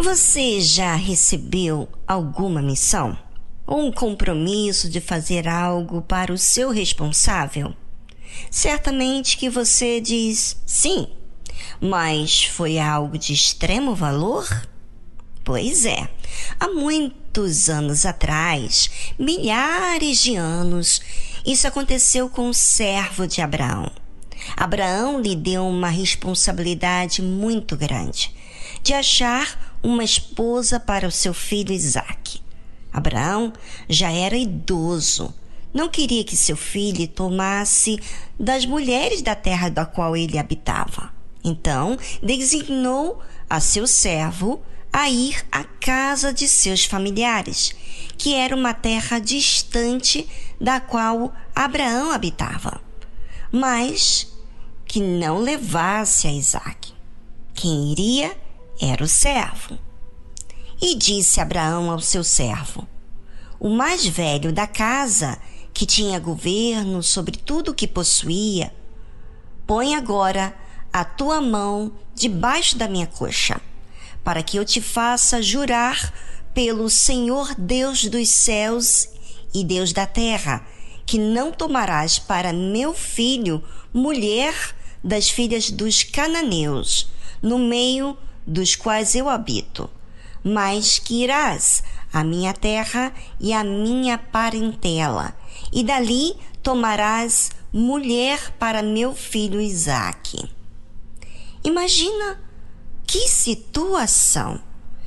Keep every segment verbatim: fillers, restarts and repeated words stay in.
Você já recebeu alguma missão? Ou um compromisso de fazer algo para o seu responsável? Certamente que você diz sim, mas foi algo de extremo valor? Pois é, há muitos anos atrás, milhares de anos, isso aconteceu com o servo de Abraão. Abraão lhe deu uma responsabilidade muito grande, de achar uma esposa para o seu filho Isaque. Abraão já era idoso, não queria que seu filho tomasse das mulheres da terra da qual ele habitava. Então, designou a seu servo a ir à casa de seus familiares, que era uma terra distante da qual Abraão habitava, mas que não levasse a Isaque. Quem iria era o servo. E disse Abraão ao seu servo, o mais velho da casa, que tinha governo sobre tudo o que possuía: põe agora a tua mão debaixo da minha coxa, para que eu te faça jurar pelo Senhor Deus dos céus e Deus da terra, que não tomarás para meu filho mulher das filhas dos cananeus, no meio dos quais eu habito, mas que irás à minha terra e à minha parentela, e dali tomarás mulher para meu filho Isaque. Imagina que situação!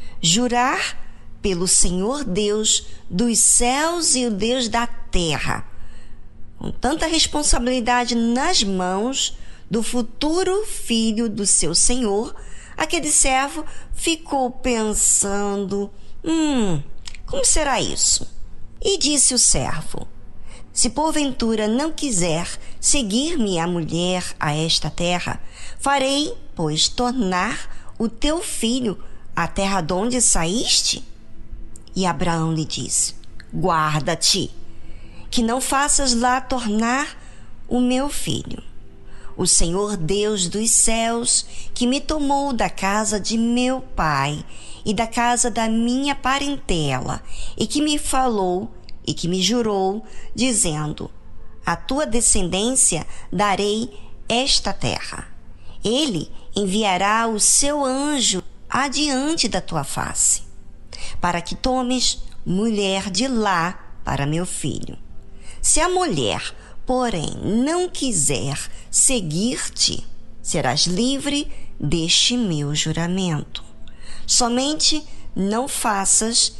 Jurar pelo Senhor Deus dos céus e o Deus da terra, com tanta responsabilidade nas mãos do futuro filho do seu senhor. Aquele servo ficou pensando, hum, como será isso? E disse o servo, se porventura não quiser seguir-me a mulher a esta terra, farei, pois, tornar o teu filho à terra de onde saíste? E Abraão lhe disse, guarda-te, que não faças lá tornar o meu filho. O Senhor Deus dos céus, que me tomou da casa de meu pai e da casa da minha parentela, e que me falou e que me jurou, dizendo, a tua descendência darei esta terra. Ele enviará o seu anjo adiante da tua face, para que tomes mulher de lá para meu filho. Se a mulher, porém, não quiser seguir-te, serás livre deste meu juramento. Somente não faças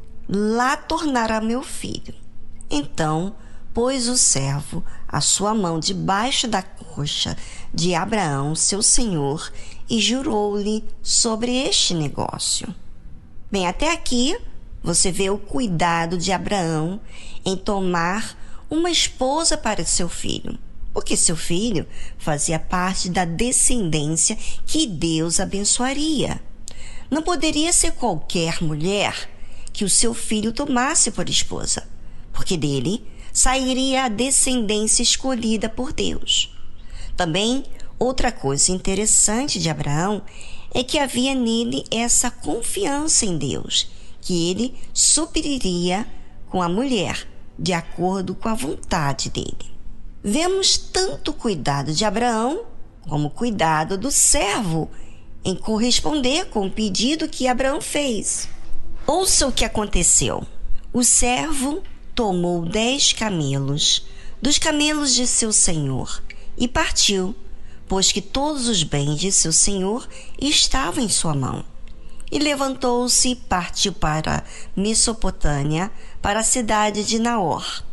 lá tornar a meu filho. Então pôs o servo a sua mão debaixo da coxa de Abraão, seu senhor, e jurou-lhe sobre este negócio. Bem, até aqui você vê o cuidado de Abraão em tomar uma esposa para seu filho, porque seu filho fazia parte da descendência que Deus abençoaria. Não poderia ser qualquer mulher que o seu filho tomasse por esposa, porque dele sairia a descendência escolhida por Deus. Também, outra coisa interessante de Abraão é que havia nele essa confiança em Deus, que ele supriria com a mulher de acordo com a vontade dele. Vemos tanto cuidado de Abraão como cuidado do servo em corresponder com o pedido que Abraão fez. Ouça o que aconteceu. O servo tomou dez camelos dos camelos de seu senhor e partiu, pois que todos os bens de seu senhor estavam em sua mão. E levantou-se e partiu para Mesopotâmia, para a cidade de Naor.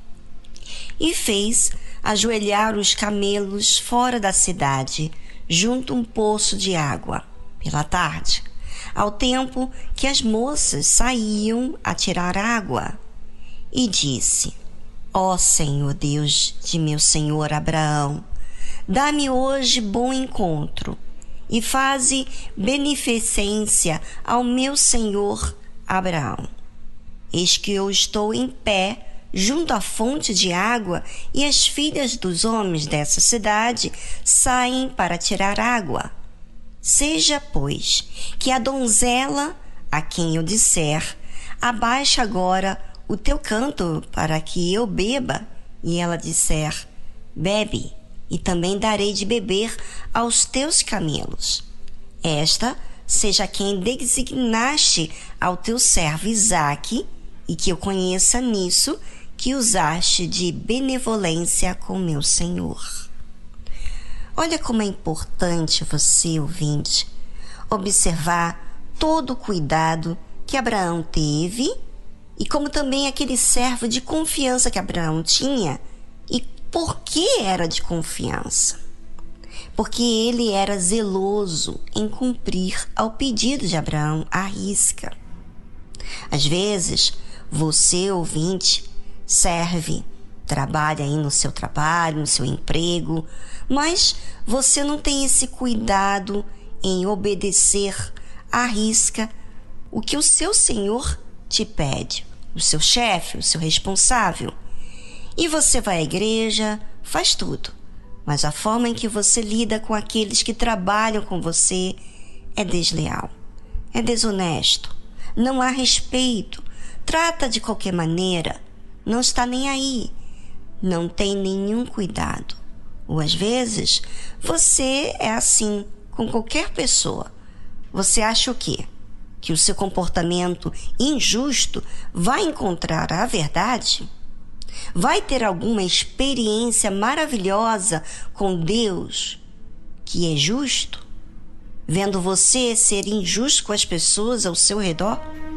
E fez ajoelhar os camelos fora da cidade, junto a um poço de água, pela tarde, ao tempo que as moças saíam a tirar água. E disse, ó Senhor Deus de meu senhor Abraão, dá-me hoje bom encontro, e faze beneficência ao meu senhor Abraão. Eis que eu estou em pé junto à fonte de água, e as filhas dos homens dessa cidade saem para tirar água. Seja, pois, que a donzela a quem eu disser: abaixa agora o teu cântaro para que eu beba, e ela disser: bebe, e também darei de beber aos teus camelos. Esta seja quem designaste ao teu servo Isaque, e que eu conheça nisso que usaste de benevolência com meu senhor. Olha como é importante você, ouvinte, observar todo o cuidado que Abraão teve e como também aquele servo de confiança que Abraão tinha. E por que era de confiança? Porque ele era zeloso em cumprir ao pedido de Abraão à risca. Às vezes, você, ouvinte, serve, trabalha aí no seu trabalho, no seu emprego, mas você não tem esse cuidado em obedecer à risca o que o seu senhor te pede, o seu chefe, o seu responsável. E você vai à igreja, faz tudo, mas a forma em que você lida com aqueles que trabalham com você é desleal, é desonesto, não há respeito, trata de qualquer maneira, não está nem aí, não tem nenhum cuidado. Ou às vezes, você é assim com qualquer pessoa. Você acha o quê? Que o seu comportamento injusto vai encontrar a verdade? Vai ter alguma experiência maravilhosa com Deus que é justo, vendo você ser injusto com as pessoas ao seu redor?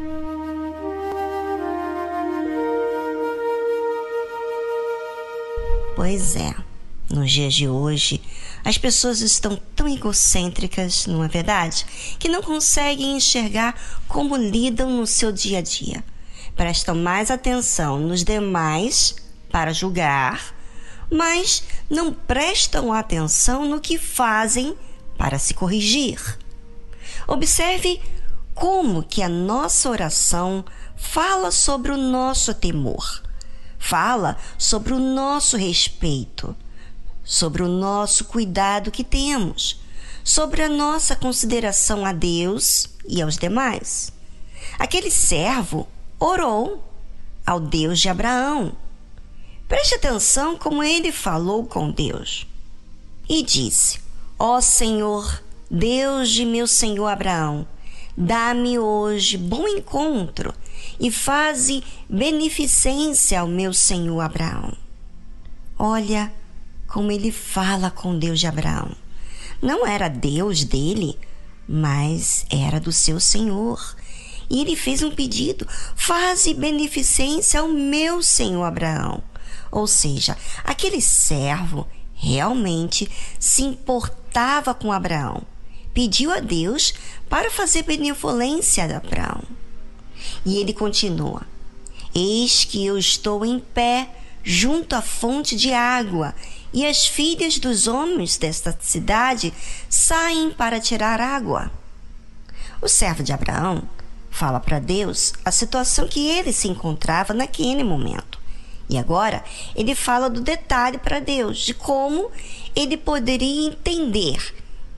Pois é, nos dias de hoje, as pessoas estão tão egocêntricas, não é verdade? Que não conseguem enxergar como lidam no seu dia a dia. Prestam mais atenção nos demais para julgar, mas não prestam atenção no que fazem para se corrigir. Observe como que a nossa oração fala sobre o nosso temor. Fala sobre o nosso respeito, sobre o nosso cuidado que temos, sobre a nossa consideração a Deus e aos demais. Aquele servo orou ao Deus de Abraão. Preste atenção como ele falou com Deus. E disse: ó Senhor, Deus de meu senhor Abraão, dá-me hoje bom encontro e faze beneficência ao meu senhor Abraão. Olha como ele fala com Deus de Abraão. Não era Deus dele, mas era do seu senhor. E ele fez um pedido: faze beneficência ao meu senhor Abraão. Ou seja, aquele servo realmente se importava com Abraão. Pediu a Deus para fazer benevolência a Abraão. E ele continua: eis que eu estou em pé junto à fonte de água, e as filhas dos homens desta cidade saem para tirar água. O servo de Abraão fala para Deus a situação que ele se encontrava naquele momento. E agora ele fala do detalhe para Deus, de como ele poderia entender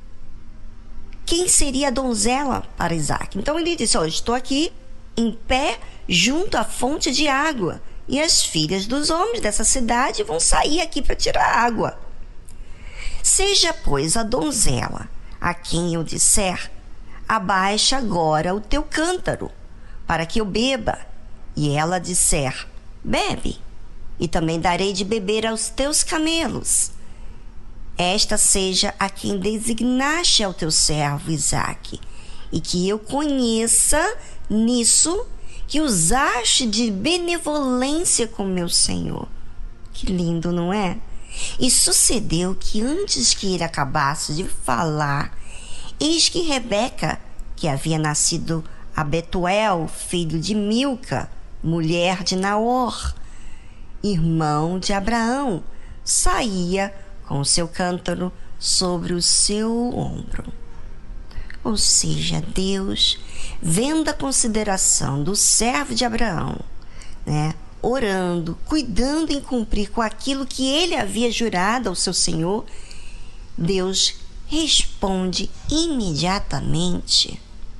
quem seria a donzela para Isaque. Então ele disse: ó, estou aqui em pé junto à fonte de água, e as filhas dos homens dessa cidade vão sair aqui para tirar água. Seja, pois, a donzela a quem eu disser: abaixa agora o teu cântaro, para que eu beba. E ela disser: bebe, e também darei de beber aos teus camelos. Esta seja a quem designaste ao teu servo Isaque, e que eu conheça nisso que usaste de benevolência com meu senhor. Que lindo, não é? E sucedeu que antes que ele acabasse de falar, eis que Rebeca, que havia nascido a Betuel, filho de Milca, mulher de Naor, irmão de Abraão, saía com o seu cântaro sobre o seu ombro. Ou seja, Deus, vendo a consideração do servo de Abraão, né, orando, cuidando em cumprir com aquilo que ele havia jurado ao seu Senhor, Deus responde imediatamente.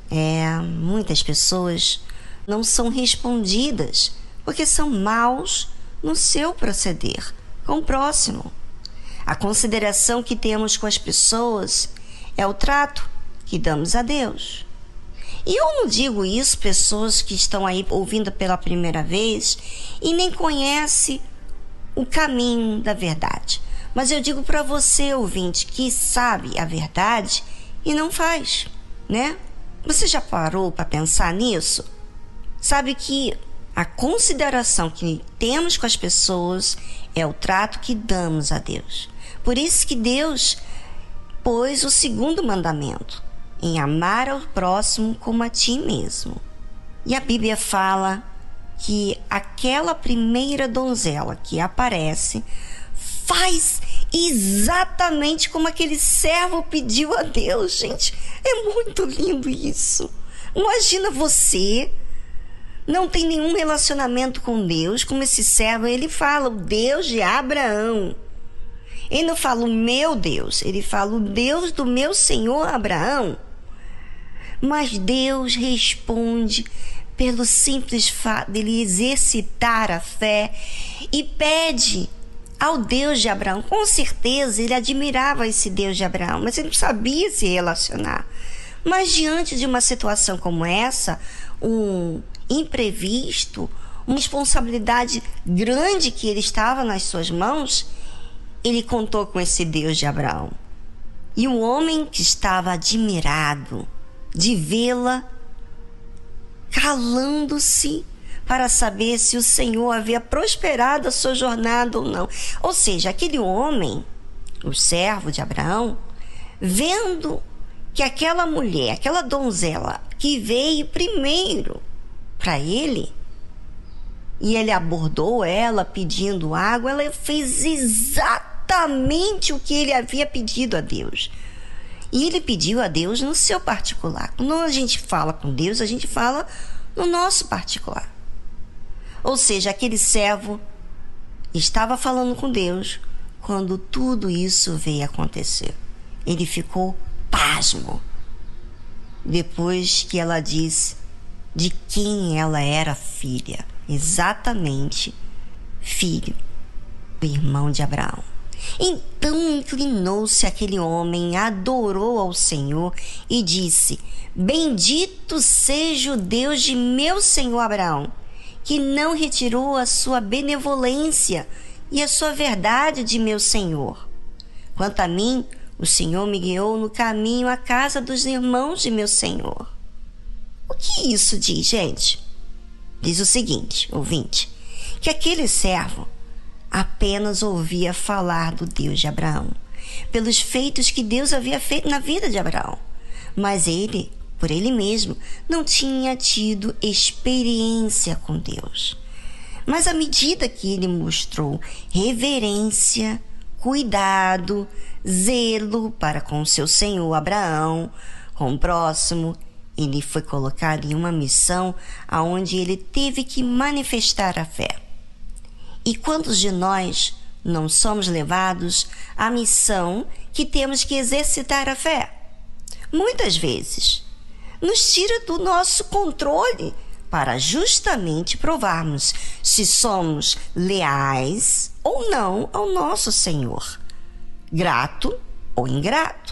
É, muitas pessoas não são respondidas porque são maus no seu proceder com o próximo. A consideração que temos com as pessoas é o trato que damos a Deus. E eu não digo isso pessoas que estão aí ouvindo pela primeira vez e nem conhecem o caminho da verdade. Mas eu digo para você, ouvinte, que sabe a verdade e não faz, né? Você já parou para pensar nisso? Sabe que a consideração que temos com as pessoas é o trato que damos a Deus. Por isso que Deus pôs o segundo mandamento, em amar ao próximo como a ti mesmo. E a Bíblia fala que aquela primeira donzela que aparece faz exatamente como aquele servo pediu a Deus. Gente, é muito lindo isso. Imagina você, não tem nenhum relacionamento com Deus, como esse servo, ele fala, o Deus de Abraão. Ele não fala o meu Deus, ele fala o Deus do meu Senhor Abraão. Mas Deus responde pelo simples fato dele exercitar a fé e pede ao Deus de Abraão. Com certeza ele admirava esse Deus de Abraão, mas ele não sabia se relacionar. Mas diante de uma situação como essa, um imprevisto, uma responsabilidade grande que ele estava nas suas mãos, ele contou com esse Deus de Abraão. E o homem que estava admirado de vê-la, calando-se para saber se o Senhor havia prosperado a sua jornada ou não. Ou seja, aquele homem, o servo de Abraão, vendo que aquela mulher, aquela donzela que veio primeiro para ele, e ele abordou ela pedindo água, ela fez exatamente o que ele havia pedido a Deus. E ele pediu a Deus no seu particular. Quando a gente fala com Deus, a gente fala no nosso particular. Ou seja, aquele servo estava falando com Deus quando tudo isso veio acontecer. Ele ficou pasmo depois que ela disse de quem ela era filha. Exatamente, filho do irmão de Abraão. Então inclinou-se aquele homem, adorou ao Senhor e disse: bendito seja o Deus de meu senhor Abraão, que não retirou a sua benevolência e a sua verdade de meu senhor. Quanto a mim, o Senhor me guiou no caminho à casa dos irmãos de meu senhor. O que isso diz, gente? Diz o seguinte, ouvinte, que aquele servo apenas ouvia falar do Deus de Abraão, pelos feitos que Deus havia feito na vida de Abraão. Mas ele, por ele mesmo, não tinha tido experiência com Deus. Mas à medida que ele mostrou reverência, cuidado, zelo para com seu senhor Abraão, com o próximo, ele foi colocado em uma missão aonde ele teve que manifestar a fé. E quantos de nós não somos levados à missão que temos que exercitar a fé? Muitas vezes nos tira do nosso controle para justamente provarmos se somos leais ou não ao nosso Senhor, grato ou ingrato.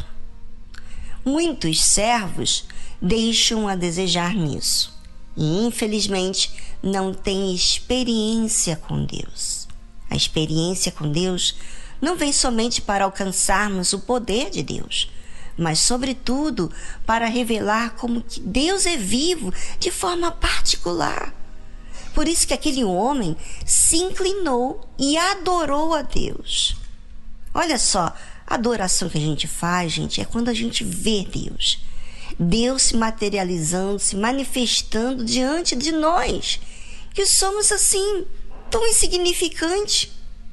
Muitos servos deixam a desejar nisso e, infelizmente, não têm experiência com Deus. A experiência com Deus não vem somente para alcançarmos o poder de Deus, mas, sobretudo, para revelar como que Deus é vivo de forma particular. Por isso que aquele homem se inclinou e adorou a Deus. Olha só, a adoração que a gente faz, gente, é quando a gente vê Deus. Deus se materializando, se manifestando diante de nós, que somos assim, tão insignificantes.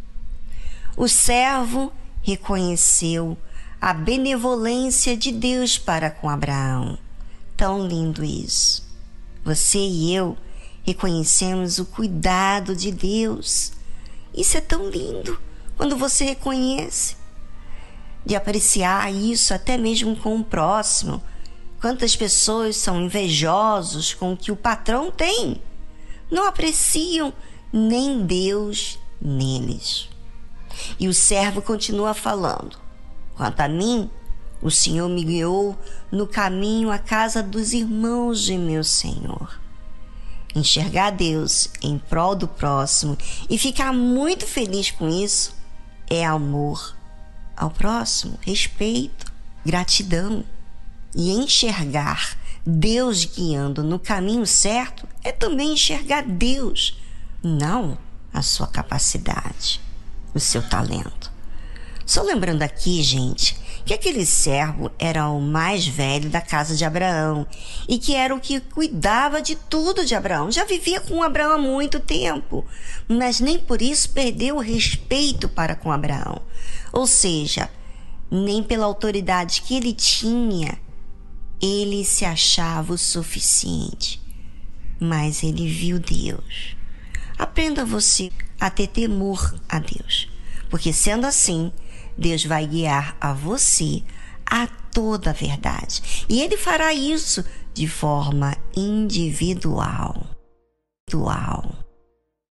O servo reconheceu a benevolência de Deus para com Abraão. Tão lindo isso. Você e eu reconhecemos o cuidado de Deus. Isso é tão lindo quando você reconhece, de apreciar isso até mesmo com o próximo, Quantas pessoas são invejosos com o que o patrão tem? Não apreciam nem Deus neles. E o servo continua falando: quanto a mim, o Senhor me guiou no caminho à casa dos irmãos de meu Senhor. Enxergar Deus em prol do próximo e ficar muito feliz com isso é amor ao próximo, respeito, gratidão. E enxergar Deus guiando no caminho certo é também enxergar Deus, não a sua capacidade, o seu talento. Só lembrando aqui, gente, que aquele servo era o mais velho da casa de Abraão e que era o que cuidava de tudo de Abraão. Já vivia com Abraão há muito tempo, mas nem por isso perdeu o respeito para com Abraão. Ou seja, nem pela autoridade que ele tinha, ele se achava o suficiente. Mas ele viu Deus. Aprenda você a ter temor a Deus, porque sendo assim, Deus vai guiar a você a toda a verdade. E Ele fará isso de forma individual. individual.